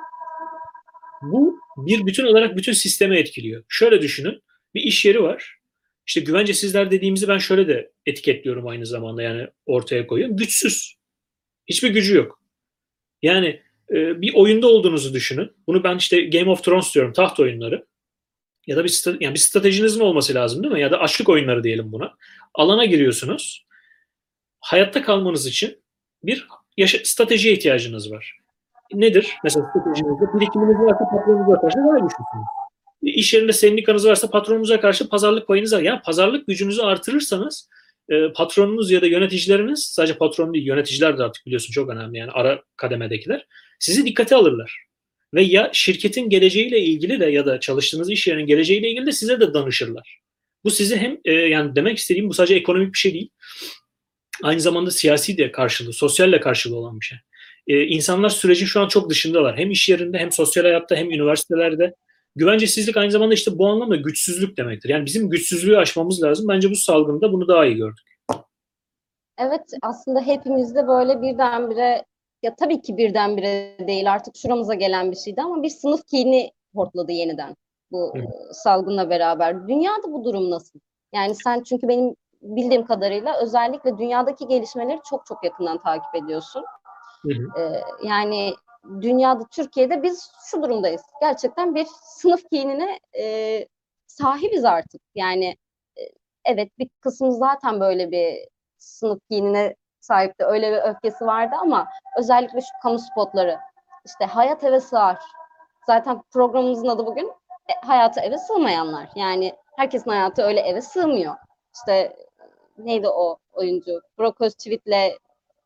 Bu bir bütün olarak bütün sistemi etkiliyor. Şöyle düşünün. Bir iş yeri var. İşte güvencesizler dediğimizi ben şöyle de etiketliyorum aynı zamanda, yani ortaya koyuyorum. Güçsüz. Hiçbir gücü yok. Yani e, bir oyunda olduğunuzu düşünün. Bunu ben işte Game of Thrones diyorum, taht oyunları. Ya da bir, yani bir stratejinizin olması lazım değil mi? Ya da açlık oyunları diyelim buna. Alana giriyorsunuz. Hayatta kalmanız için bir yaşa- stratejiye ihtiyacınız var. Nedir? Mesela stratejinizde birikiminiz varsa patronunuza karşı daha güçlüsünüz. İş yerinde sendikanız varsa patronunuza karşı pazarlık payınız var. Yani pazarlık gücünüzü artırırsanız e, patronunuz ya da yöneticileriniz, sadece patron değil yöneticiler de artık biliyorsun çok önemli, yani ara kademedekiler, sizi dikkate alırlar. Ve ya şirketin geleceğiyle ilgili de ya da çalıştığınız iş yerinin geleceğiyle ilgili de size de danışırlar. Bu sizi hem e, yani demek istediğim bu sadece ekonomik bir şey değil. Aynı zamanda siyasi de karşılığı, sosyalle karşılığı olan bir şey. Ee, insanlar sürecin şu an çok dışındalar. Hem iş yerinde hem sosyal hayatta hem üniversitelerde. Güvencesizlik aynı zamanda işte bu anlamda güçsüzlük demektir. Yani bizim güçsüzlüğü aşmamız lazım. Bence bu salgında bunu daha iyi gördük. Evet, aslında hepimizde böyle birdenbire, ya tabii ki birdenbire değil artık şuramıza gelen bir şeydi ama bir sınıf kini hortladı yeniden bu Hı e, salgınla beraber. Dünyada bu durum nasıl? Yani sen çünkü benim bildiğim kadarıyla özellikle dünyadaki gelişmeleri çok çok yakından takip ediyorsun. hı. Ee, yani dünyada, Türkiye'de biz şu durumdayız. Gerçekten bir sınıf kinine e, sahibiz artık. Yani e, evet, bir kısmı zaten böyle bir sınıf kinine sahipti. Öyle bir öfkesi vardı ama özellikle şu kamu spotları. İşte hayat eve sığar. Zaten programımızın adı bugün e, hayatı eve sığmayanlar. Yani herkesin hayatı öyle eve sığmıyor. İşte neydi o oyuncu? Burak Özçivit'le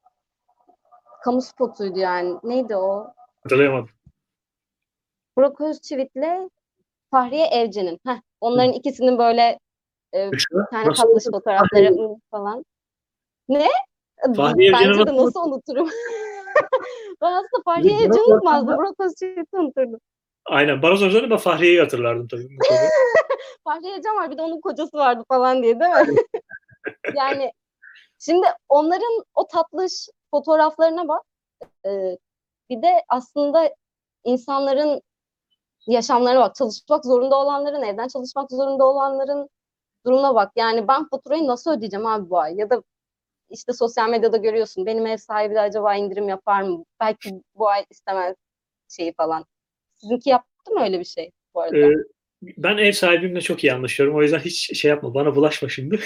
kamu spotuydu yani. Neydi o? Hatırlayamadım. Burak Özçivit'le Fahriye Evcen'in. Heh, onların ikisinin böyle e, bir Güçlü. tane Nasıl tatlış oldu? fotoğrafları falan. Ne? Fahriye Evcen'i Bence nasıl de oldu? nasıl unuturum? Ben aslında Şimdi Fahriye bana Evcen'i sorsan unutmazdım. da Murat Özçivit'i unuturdum. aynen. Bana sorsan da ben Fahriye'yi hatırlardım tabii bu tabii. Fahriye Evcen var, bir de onun kocası vardı falan diye, değil mi? Aynen. Yani şimdi onların o tatlış fotoğraflarına bak. Ee, bir de aslında insanların yaşamlarına bak. Çalışmak zorunda olanların, evden çalışmak zorunda olanların durumuna bak. Yani ben faturayı nasıl ödeyeceğim abi bu ay? Ya da işte sosyal medyada görüyorsun. Benim ev sahibi de acaba indirim yapar mı? Belki bu ay istemez şeyi falan. Sizinki yaptı mı öyle bir şey bu Ee, arada? ben ev sahibimle çok iyi anlaşıyorum. O yüzden hiç şey yapma. Bana bulaşma şimdi.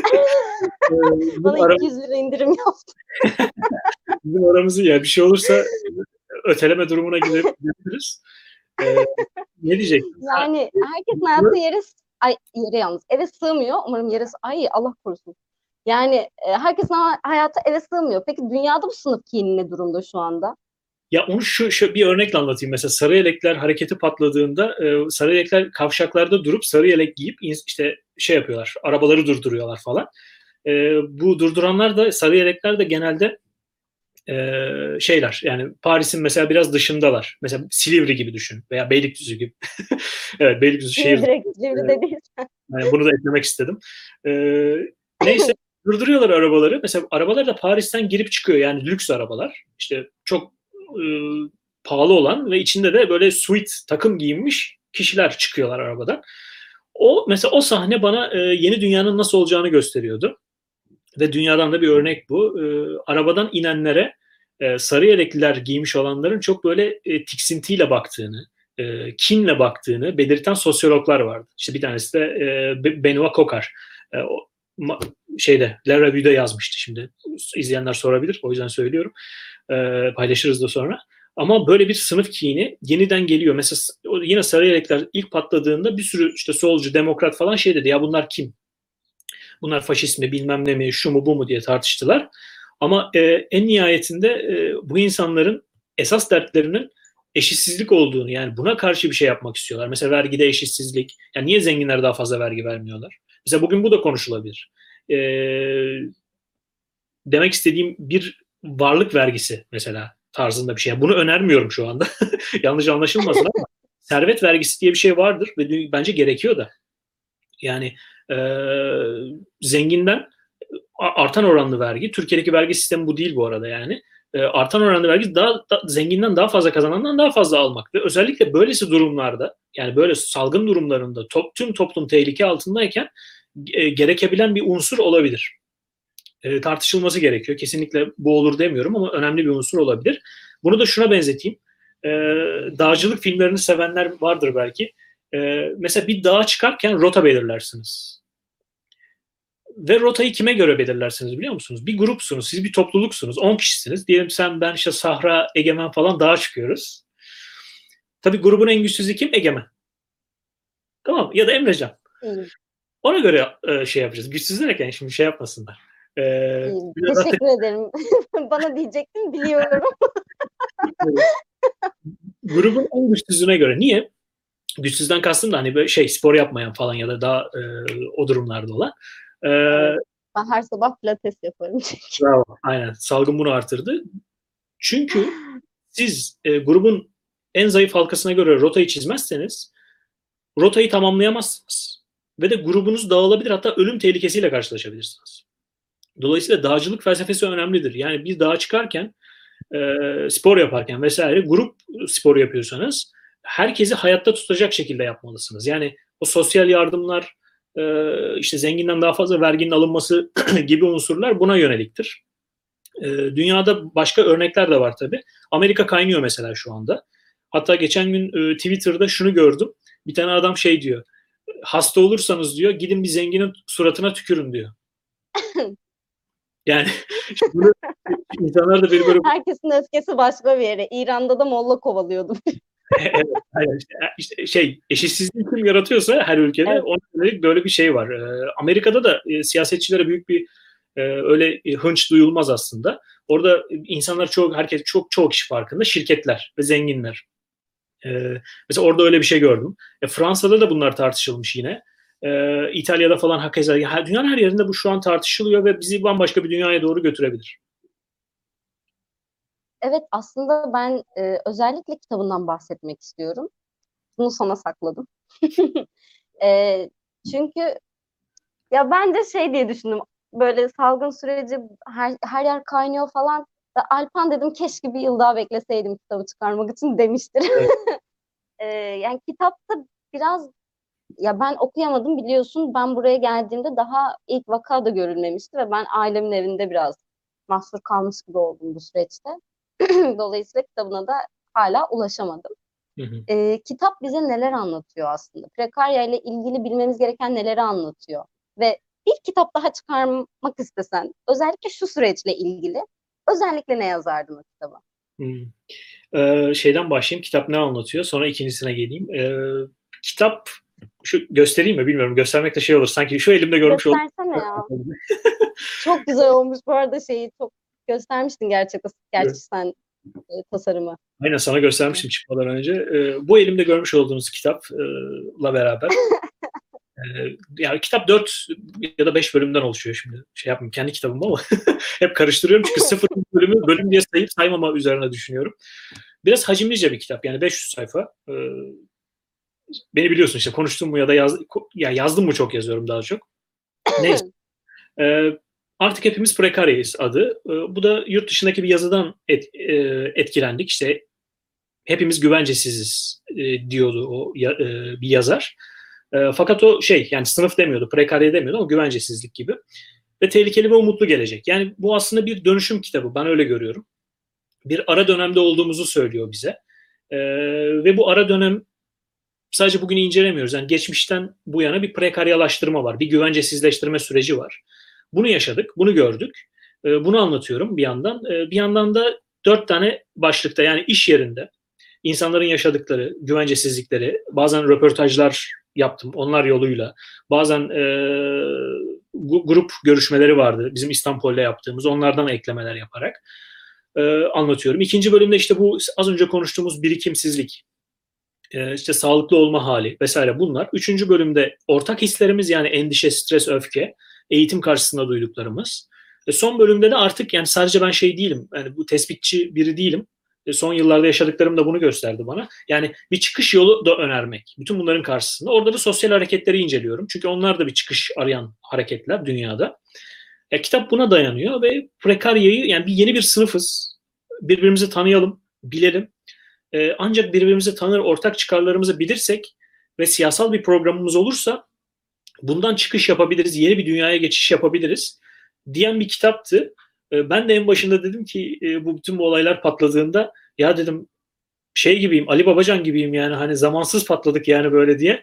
Ee, bizim, Bana aram, iki yüz lira indirim yaptı. bizim aramızı ya bir şey olursa öteleme durumuna gidebiliriz. Ee, ne diyecektim? Ha, Yani herkesin hayatı yere, ay yere yalnız eve sığmıyor. Umarım yere, ay Allah korusun. Yani e, herkesin hayatı eve sığmıyor. Peki dünyada bu sınıf giyimi ne durumda şu anda? ya onu şu, şu bir örnekle anlatayım. Mesela sarı yelekler hareketi patladığında e, sarı yelekler kavşaklarda durup sarı yelek giyip işte şey yapıyorlar. Arabaları durduruyorlar falan. E, bu durduranlar da sarı yelekler de genelde e, şeyler yani Paris'in mesela biraz dışındalar. Mesela Silivri gibi düşün veya Beylikdüzü gibi. Evet, Beylikdüzü şehir. Niye direkt Silivri'de değil? Yani bunu da eklemek istedim. Ee, neyse durduruyorlar arabaları. Mesela arabalar da Paris'ten girip çıkıyor. Yani lüks arabalar. İşte çok e, pahalı olan ve içinde de böyle suite takım giyinmiş kişiler çıkıyorlar arabadan. O mesela o sahne bana e, yeni dünyanın nasıl olacağını gösteriyordu. Ve dünyadan da bir örnek bu. E, arabadan inenlere e, sarı yelekliler giymiş olanların çok böyle e, tiksintiyle baktığını, e, kinle baktığını belirten sosyologlar vardı. İşte bir tanesi de e, Benoît Coquart. E, o, ma, şeyde, Le Revue'de yazmıştı şimdi. İzleyenler sorabilir. O yüzden söylüyorum. E, paylaşırız da sonra. Ama böyle bir sınıf kini yeniden geliyor. Mesela yine sarı yelekler ilk patladığında bir sürü işte solcu, demokrat falan şey dedi. Ya bunlar kim? Bunlar faşist mi, bilmem ne mi, şu mu bu mu diye tartıştılar. Ama e, en nihayetinde e, bu insanların esas dertlerinin eşitsizlik olduğunu, yani buna karşı bir şey yapmak istiyorlar. Mesela vergide eşitsizlik. Yani niye zenginler daha fazla vergi vermiyorlar? Mesela bugün bu da konuşulabilir. E, demek istediğim bir varlık vergisi mesela tarzında bir şey. Bunu önermiyorum şu anda. Yanlış anlaşılmasın ama servet vergisi diye bir şey vardır ve bence gerekiyor da. Yani e, zenginden artan oranlı vergi. Türkiye'deki vergi sistemi bu değil bu arada yani. E, artan oranlı vergi daha da, zenginden daha fazla kazanandan daha fazla almak ve özellikle böylesi durumlarda yani böyle salgın durumlarında top, tüm toplum tehlike altındayken e, gerekebilen bir unsur olabilir. E, tartışılması gerekiyor. Kesinlikle bu olur demiyorum ama önemli bir unsur olabilir. Bunu da şuna benzeteyim. E, dağcılık filmlerini sevenler vardır belki. E, mesela bir dağa çıkarken rota belirlersiniz. Ve rotayı kime göre belirlersiniz biliyor musunuz? Bir grupsunuz, siz bir topluluksunuz, on kişisiniz. Diyelim sen, ben, işte Sahra, Egemen falan dağa çıkıyoruz. Tabii grubun en güçsüzü kim? Egemen. Tamam, ya da Emrecan. İyiyim, Ona göre e, şey yapacağız. Güçsüz derken şimdi şey yapmasınlar. E, iyiyim. zaten Teşekkür ederim. Bana diyecektim, biliyorum. grubun en güçsüzüne göre. Niye? Güçsüzden kastım da hani böyle şey spor yapmayan falan ya da daha e, o durumlarda olan. E, Evet. Ben her sabah pilates yaparım çünkü. bravo. Aynen. Salgın bunu artırdı. Çünkü siz e, grubun en zayıf halkasına göre rotayı çizmezseniz rotayı tamamlayamazsınız. Ve de grubunuz dağılabilir, hatta ölüm tehlikesiyle karşılaşabilirsiniz. Dolayısıyla dağcılık felsefesi önemlidir. Yani bir dağa çıkarken, e, spor yaparken vesaire grup sporu yapıyorsanız herkesi hayatta tutacak şekilde yapmalısınız. Yani o sosyal yardımlar, e, işte zenginden daha fazla verginin alınması gibi unsurlar buna yöneliktir. E, dünyada başka örnekler de var tabii. Amerika kaynıyor mesela şu anda. Hatta geçen gün e, Twitter'da şunu gördüm. Bir tane adam şey diyor. Hasta olursanız diyor gidin bir zenginin suratına tükürün diyor. Yani bunu insanlar da beni böyle Herkesin öfkesi başka bir yere. İran'da da molla kovalıyordu. evet, aynen işte, işte şey eşitsizliği kim yaratıyorsa her ülkede Evet. ona yönelik böyle bir şey var. E, Amerika'da da e, siyasetçilere büyük bir e, öyle e, hınç duyulmaz aslında. Orada insanlar çok herkes çok çok kişi farkında şirketler ve zenginler. E, mesela orada öyle bir şey gördüm. E, Fransa'da da bunlar tartışılmış yine. E, İtalya'da falan hakeza. Ya, dünyanın her yerinde bu şu an tartışılıyor ve bizi bambaşka bir dünyaya doğru götürebilir. Evet, aslında ben e, özellikle kitabından bahsetmek istiyorum. Bunu sana sakladım. E, çünkü ya ben de şey diye düşündüm. Böyle salgın süreci her, her yer kaynıyor falan. Ve Alpan dedim keşke bir yıl daha bekleseydim kitabı çıkarmak için demiştir. Evet. E, yani kitapta biraz ya ben okuyamadım biliyorsun. Ben buraya geldiğimde daha ilk vaka da görülmemişti ve ben ailemin evinde biraz mahsur kalmış gibi oldum bu süreçte. Dolayısıyla kitabına da hala ulaşamadım. Hı hı. Ee, kitap bize neler anlatıyor aslında? Prekarya ile ilgili bilmemiz gereken neleri anlatıyor? Ve bir kitap daha çıkarmak istesen, özellikle şu süreçle ilgili, özellikle ne yazardın o kitaba? Hmm. Ee, şeyden başlayayım. Kitap ne anlatıyor? Sonra ikincisine geleyim. Ee, kitap şu göstereyim mi bilmiyorum. Göstermek de şey olur. Sanki şu elimde görmüş olduğum. Göstersene ya. Çok güzel olmuş bu arada şeyi çok göstermiştin gerçekten gerçi sen e, tasarımı. Aynen sana göstermiştim çıkmadan önce. Ee, bu elimde görmüş olduğunuz kitapla beraber. E, yani kitap dört ya da beş bölümden oluşuyor şimdi. Şey yapmayayım kendi kitabım ama hep karıştırıyorum çünkü sıfır bölümü bölüm diye sayıp saymama üzerine düşünüyorum. Biraz hacimlice bir kitap yani beş yüz sayfa. Ee, beni biliyorsun işte konuştum mu ya da yaz, ya yazdım mı çok yazıyorum daha çok. Neyse. Ee, artık hepimiz prekaryayız adı. Ee, bu da yurt dışındaki bir yazıdan et, e, etkilendik. İşte hepimiz güvencesiziz e, diyordu o ya, e, bir yazar. E, fakat o şey yani sınıf demiyordu, prekarya demiyordu ama güvencesizlik gibi. Ve tehlikeli ve umutlu gelecek. Yani bu aslında bir dönüşüm kitabı. Ben öyle görüyorum. Bir ara dönemde olduğumuzu söylüyor bize. E, ve bu ara dönem sadece bugünü incelemiyoruz. Yani geçmişten bu yana bir prekaryalaştırma var. Bir güvencesizleştirme süreci var. Bunu yaşadık, bunu gördük. E, bunu anlatıyorum bir yandan. E, bir yandan da dört tane başlıkta yani iş yerinde insanların yaşadıkları güvencesizlikleri, bazen röportajlar yaptım onlar yoluyla. Bazen e, grup görüşmeleri vardı bizim İstanbul'da yaptığımız. Onlardan eklemeler yaparak e, anlatıyorum. İkinci bölümde işte bu az önce konuştuğumuz birikimsizlik, e, işte sağlıklı olma hali vesaire bunlar. Üçüncü bölümde ortak hislerimiz yani endişe, stres, öfke, eğitim karşısında duyduklarımız. E, son bölümde de artık yani sadece ben şey değilim, yani bu tespitçi biri değilim. E, son yıllarda yaşadıklarım da bunu gösterdi bana. Yani bir çıkış yolu da önermek. Bütün bunların karşısında. Orada da sosyal hareketleri inceliyorum. Çünkü onlar da bir çıkış arayan hareketler dünyada. Ya, kitap buna dayanıyor ve prekaryayı yani bir yeni bir sınıfız. Birbirimizi tanıyalım, bilelim. Ee, ancak birbirimizi tanır, ortak çıkarlarımızı bilirsek ve siyasal bir programımız olursa bundan çıkış yapabiliriz, yeni bir dünyaya geçiş yapabiliriz diyen bir kitaptı. Ee, ben de en başında dedim ki e, bu bütün bu olaylar patladığında ya dedim şey gibiyim, Ali Babacan gibiyim yani hani zamansız patladık yani böyle diye.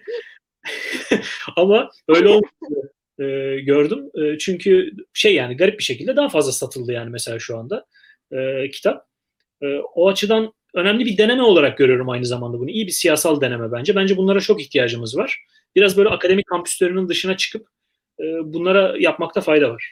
Ama öyle olmadı e, gördüm. E, çünkü şey yani garip bir şekilde daha fazla satıldı yani mesela şu anda e, kitap. E, o açıdan önemli bir deneme olarak görüyorum aynı zamanda bunu. İyi bir siyasal deneme bence. Bence bunlara çok ihtiyacımız var. Biraz böyle akademik kampüslerinin dışına çıkıp e, bunlara yapmakta fayda var.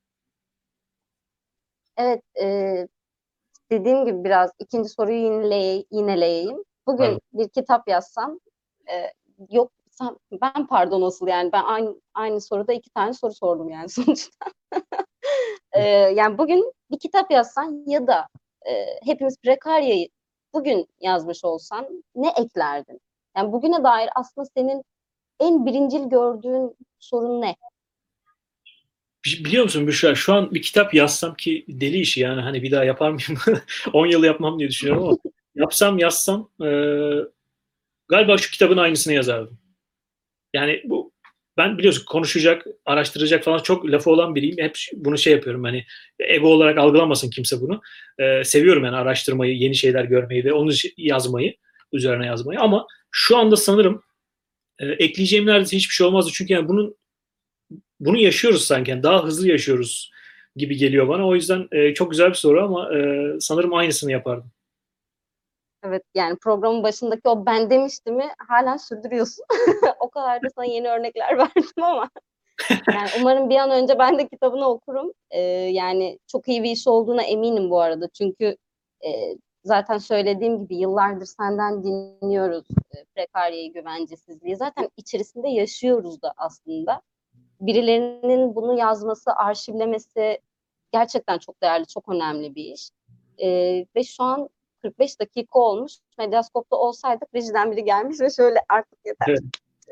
Evet, e, dediğim gibi biraz ikinci soruyu yineleye, yineleyeyim. Pardon. Bugün bir kitap yazsam, e, yok sen, ben pardon asıl yani ben aynı, aynı soruda iki tane soru sordum yani sonuçta. E, yani bugün bir kitap yazsan ya da e, hepimiz Prekarya'yı bugün yazmış olsan ne eklerdin? Yani bugüne dair aslında senin en birincil gördüğün sorun ne? Biliyor musun Büşra şu an bir kitap yazsam ki deli işi yani hani bir daha yapar mıyım? on yıl yapmam diye düşünüyorum ama yapsam yazsam e, galiba şu kitabın aynısını yazardım. Yani bu ben biliyorsun konuşacak, araştıracak falan çok lafı olan biriyim. Hep bunu şey yapıyorum hani ego olarak algılamasın kimse bunu. Ee, seviyorum yani araştırmayı, yeni şeyler görmeyi ve onu yazmayı, üzerine yazmayı. Ama şu anda sanırım e, ekleyeceğim neredeyse hiçbir şey olmazdı. Çünkü yani bunun bunu yaşıyoruz sanki. Yani daha hızlı yaşıyoruz gibi geliyor bana. O yüzden e, çok güzel bir soru ama e, sanırım aynısını yapardım. Evet yani programın başındaki o ben demişti mi halen sürdürüyorsun. O kadar da sana yeni örnekler verdim ama yani umarım bir an önce ben de kitabını okurum. Ee, yani çok iyi bir iş olduğuna eminim bu arada. Çünkü e, zaten söylediğim gibi yıllardır senden dinliyoruz e, prekaryeyi, güvencesizliği. Zaten içerisinde yaşıyoruz da aslında. Birilerinin bunu yazması, arşivlemesi gerçekten çok değerli, çok önemli bir iş. E, ve şu an kırk beş dakika olmuş. Medyaskop'ta olsaydık rejiden biri gelmiş ve şöyle artık yeter. Evet.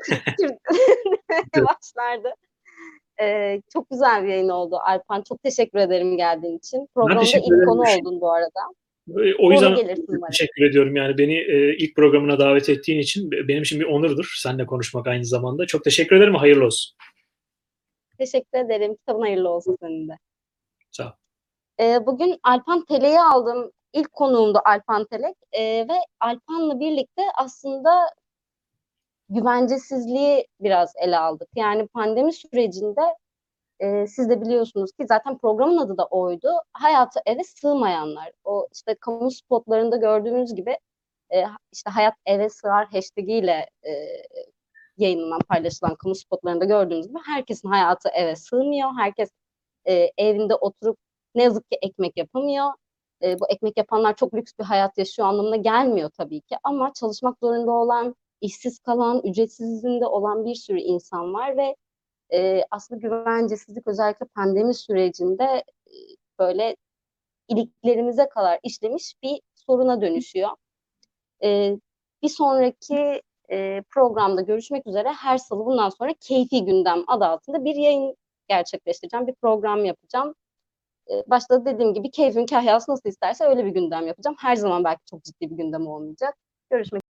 başlardı. Ee, çok güzel bir yayın oldu Alpan. Çok teşekkür ederim geldiğin için. Ben Programda teşekkür ilk ederim. konu oldun bu arada. O yüzden Uğurlu gelirsin umarım. teşekkür ediyorum. Yani beni e, ilk programına davet ettiğin için benim için bir onurdur seninle konuşmak aynı zamanda. Çok teşekkür ederim. Hayırlı olsun. Teşekkür ederim. Kitabın hayırlı olsun senin de. Sağ ol. Ee, bugün Alpan Tele'yi aldım. İlk konuğumdu Alpan Telek. Ee, ve Alpan'la birlikte aslında güvencesizliği biraz ele aldık. Yani pandemi sürecinde e, siz de biliyorsunuz ki zaten programın adı da oydu. Hayatı eve sığmayanlar. O işte kamu spotlarında gördüğümüz gibi e, işte hayat eve sığar hashtag ile e, yayınlanan, paylaşılan kamu spotlarında gördüğümüz gibi herkesin hayatı eve sığmıyor. Herkes e, evinde oturup ne yazık ki ekmek yapamıyor. E, bu ekmek yapanlar çok lüks bir hayat yaşıyor anlamına gelmiyor tabii ki. Ama çalışmak zorunda olan, işsiz kalan, ücretsiz izinde olan bir sürü insan var ve e, aslında güvencesizlik özellikle pandemi sürecinde e, böyle iliklerimize kadar işlemiş bir soruna dönüşüyor. E, bir sonraki e, programda görüşmek üzere. Her salı bundan sonra Keyfi Gündem adı altında bir yayın gerçekleştireceğim. Bir program yapacağım. E, başta da dediğim gibi keyfin kahyası nasıl isterse öyle bir gündem yapacağım. Her zaman belki çok ciddi bir gündem olmayacak. Görüşmek